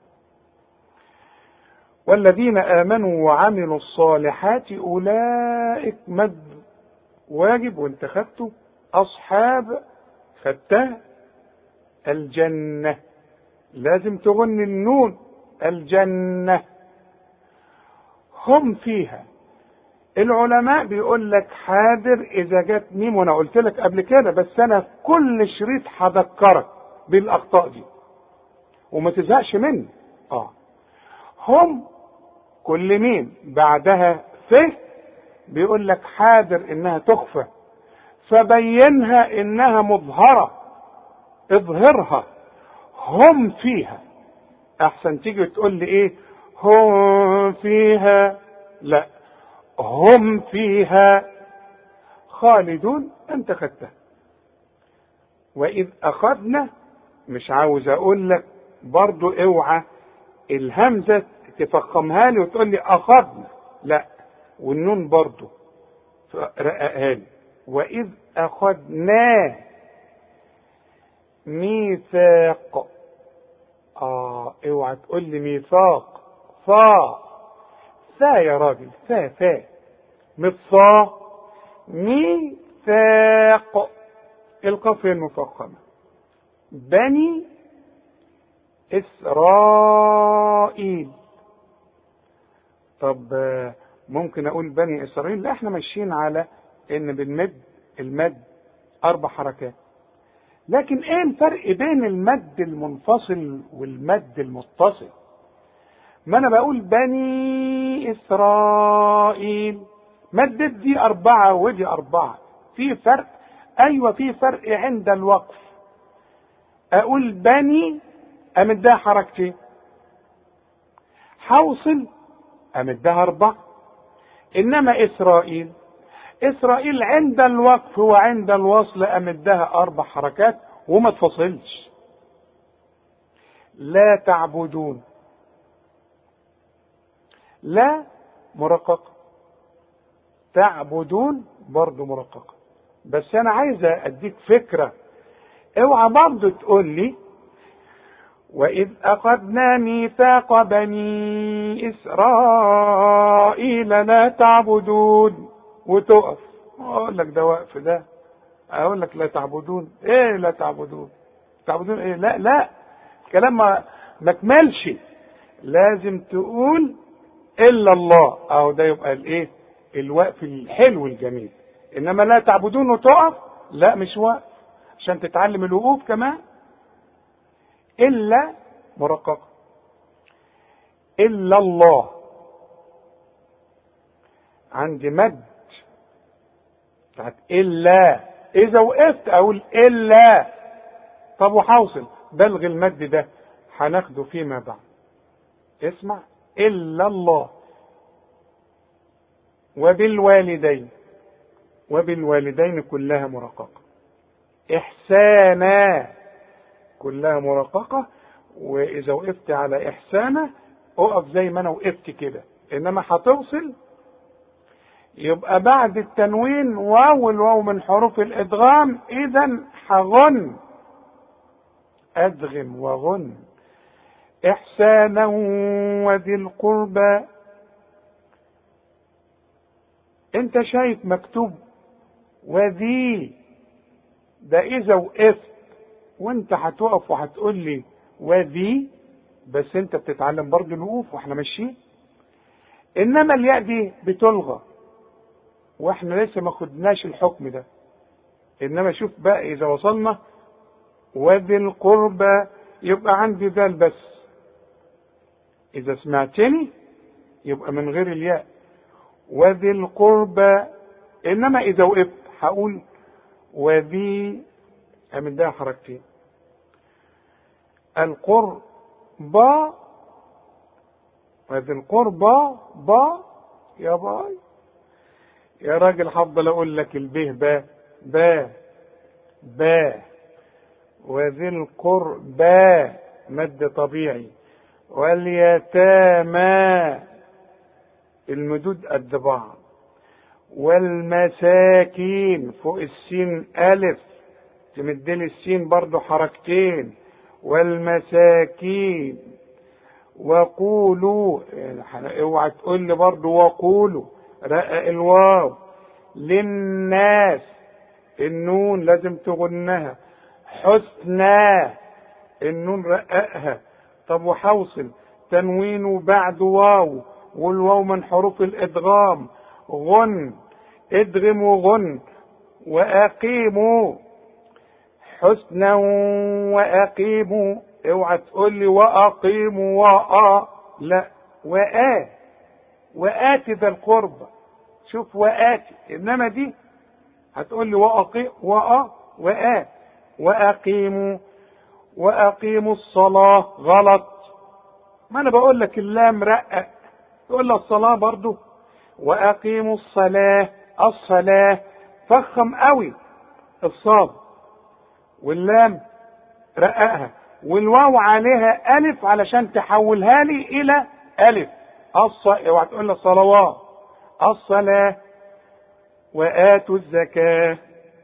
والذين آمنوا وعملوا الصالحات أولئك مد واجب وانت خدته. أصحاب خدتها. الجنة لازم تغني النون. الجنة هم فيها، العلماء بيقول لك حاضر اذا جت ميم، وانا قلت لك قبل كده، بس انا في كل شريط هذكرك بالاخطاء دي وما تزهقش مني. هم كل ميم بعدها ف بيقول لك حاضر انها تخفى، فبينها انها مظهرة، اظهرها. هم فيها، احسن تيجي تقول لي ايه هم فيها، لا، هم فيها خالدون، انت خدتها. واذ اخذنا، مش عاوز اقول لك برضو اوعى الهمزة تفخمها لي وتقول لي اخذنا، لا، والنون برضو رققها لي. واذ اخذنا ميثاق، اوعى تقول لي ميثاق، فا يا راجل، فا مصا، ميثاق، القاف المفخمة. بني إسرائيل. طب ممكن أقول بني إسرائيل؟ لا، احنا ماشيين على إن بنمد المد 4 حركات. لكن ايه الفرق بين المد المنفصل والمد المتصل؟ ما انا بقول بني إسرائيل، مدت دي 4 ودي 4، في فرق؟ ايوه في فرق عند الوقف. اقول بني امدها حركتين، حوصل امدها 4، انما إسرائيل عند الوقف وعند الوصل امدها 4 حركات وما تفصلش. لا تعبدون، لا مرققة، تعبدون برضو مرققة. بس انا عايز اديك فكرة، اوعى برضو تقول لي واذ اخذنا ميثاق بني اسرائيل لا تعبدون وتقف. اقول لك ده وقف، ده اقول لك لا تعبدون ايه، لا تعبدون ايه، لا الكلام ما كملش، لازم تقول الا الله، او ده يبقى الايه الوقف الحلو الجميل. انما لا تعبدون وتقف، لا مش وقف، عشان تتعلم الوقوف كمان. الا مرققه، الا الله عندي مد بتاعت الا، اذا وقفت اقول الا. طب وحاصل بلغ المد ده هناخده فيما بعد. اسمع، الا الله. وبالوالدين كلها مرققه. احسانا كلها مرققه، واذا وقفت على احسانا اقف زي ما انا وقفت كده، انما هتوصل يبقى بعد التنوين واو، الواو من حروف الادغام، اذا هغن، ادغم وغن. احسانا وذي القربى، انت شايف مكتوب وذي، ده اذا وقفت، وانت هتقف وهتقول لي وذي، بس انت بتتعلم برضه الوقوف واحنا ماشيين. انما الياء دي بتلغى واحنا لسه ما خدناش الحكم ده. انما شوف بقى اذا وصلنا وذي القربى يبقى عندي ذال بس، اذا سمعتني يبقى من غير الياء وذي القربى. انما اذا وقفت هقول وذي، امدها حركتين. القربى، وذي القربى، يا باي يا راجل، هفضل اقول لك البه با وذي القربى مد طبيعي. واليتامى المدود قد بعض. والمساكين فوق السين الف، تمدلي السين برضو حركتين. والمساكين. وقولوا، اوعى تقول لي برضو وقولوا، رقق الواو. للناس النون لازم تغنها. حسنى النون رققها. طب وحوصل تنوين بعد واو، والواو من حروف الادغام، غن، ادغم وغن. وأقيموا حسنا وأقيموا، اوعى تقول لي وأقيموا لا، وآتي ذا القربى، شوف وآتي، إنما دي هتقول لي وأقيموا الصلاة، غلط. ما أنا بقول لك اللام رقق، تقول لي الصلاة برضو. وأقيموا الصلاة فخم قوي الصاد، واللام رققها، والواو عليها ألف علشان تحولها لي إلى ألف. اوعى تقول لي صلوات، الصلاة. وآتوا الزكاة،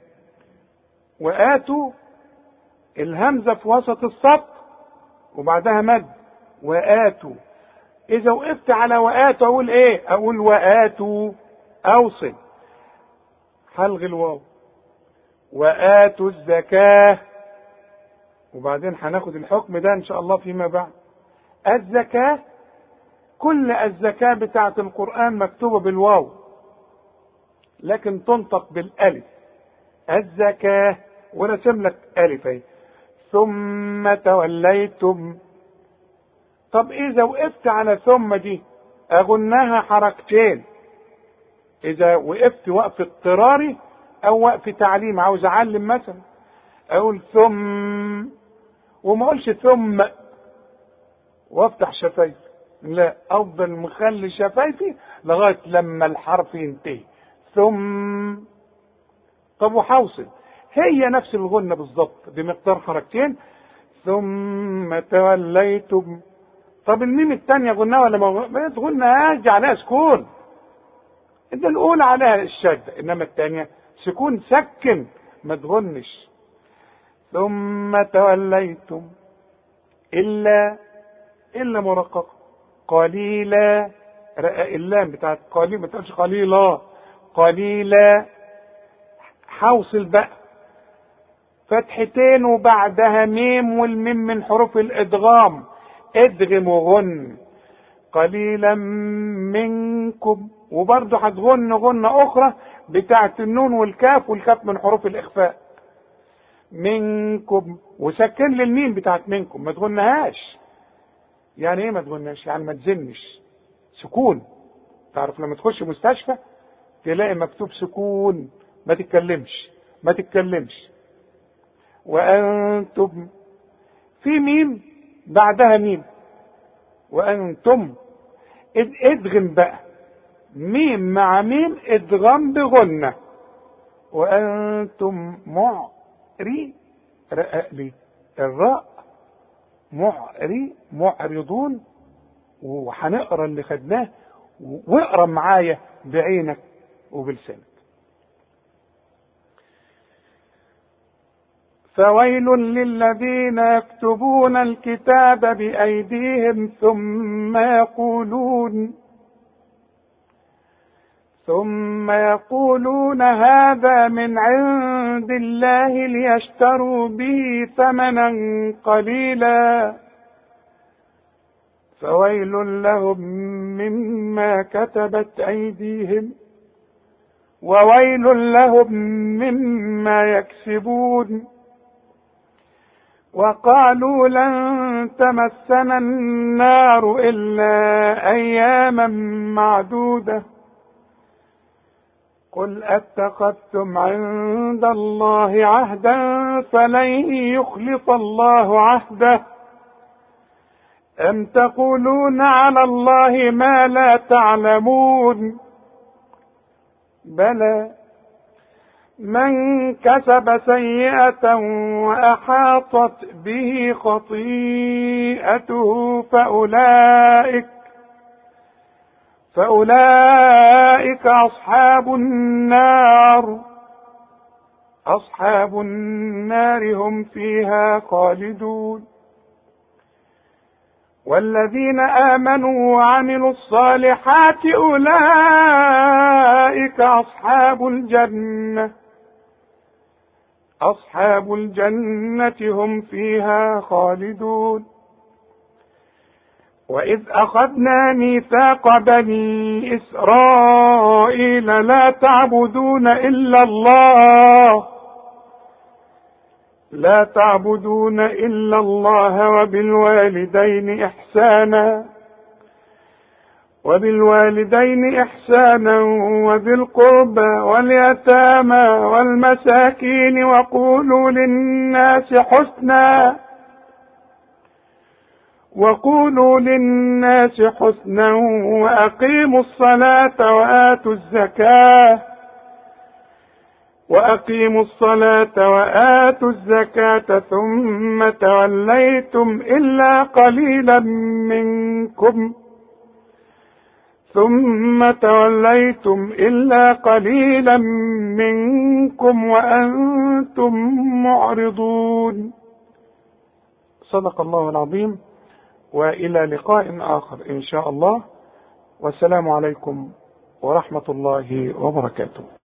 وآتوا الهمزة في وسط السطر وبعدها مد، وآتوا. إذا وقفت على وآتوا أقول إيه؟ أقول وآتوا، أوصل، هلغي الواو. وآتوا الزكاة، وبعدين هناخد الحكم ده إن شاء الله فيما بعد. الزكاة، كل الزكاة بتاعة القرآن مكتوبة بالواو لكن تنطق بالألف. الزكاة، ورسم لك ألف اهي. ثم توليتم. طب إذا وقفت على ثم دي أغناها حركتين. إذا وقفت وقف اضطراري أو وقف تعليم، عاوز أعلم مثلا، أقول ثم، وما أقولش ثم وافتح شفايفي، لا، أفضل مخلي شفايفي لغاية لما الحرف ينتهي. ثم. طب وحوصل، هي نفس الغنة بالظبط بمقدار حركتين. ثم توليتم. طب الميم الثانية غناها ولا ما تغناهاش؟ عليها سكون. ده الأولى عليها الشدة، إنما الثانية سكون سكن، ما تغنش. ثم توليتم إلا مرققة، قليلا، رقق اللام بتاعت قليل، ما تقولش قليلا. حوصل بقى، فتحتين وبعدها ميم، والميم من حروف الادغام، ادغم وغن. قليلا منكم، وبرضه هتغن غنة اخرى بتاعت النون والكاف، والكاف من حروف الاخفاء. منكم، وسكن لي الميم بتاعت منكم، ما تغنهاش. يعني ايه ما تغنهاش؟ يعني ما تزنش، سكون. تعرف لما تخش مستشفى تلاقي مكتوب سكون، ما تتكلمش. وأنتم، في ميم بعدها ميم، وأنتم، ادغم بقى، ميم مع ميم ادغم بغنة. وأنتم رقق لي الراء، معرضون. وهنقرا اللي خدناه، واقرا معايا بعينك وبلسانك. فويل للذين يكتبون الكتاب بأيديهم ثم يقولون هذا من عند الله ليشتروا به ثمنا قليلا. فويل لهم مما كتبت أيديهم وويل لهم مما يكسبون. وقالوا لن تمسنا النار إلا أياما معدودة. قل أتخذتم عند الله عهدا فلن يخلف الله عهده أم تقولون على الله ما لا تعلمون. بلى من كسب سيئة وأحاطت به خطيئته فأولئك أصحاب النار هم فيها خالدون. والذين آمنوا وعملوا الصالحات أولئك أصحاب الجنة هم فيها خالدون. وإذ أخذنا ميثاق بني إسرائيل لا تعبدون إلا الله وبالوالدين إحسانا وذي القربى واليتامى والمساكين وقولوا للناس حسنا وأقيموا الصلاة وآتوا الزكاة ثم توليتم إلا قليلا منكم وأنتم معرضون. صدق الله العظيم، وإلى لقاء آخر إن شاء الله، والسلام عليكم ورحمة الله وبركاته.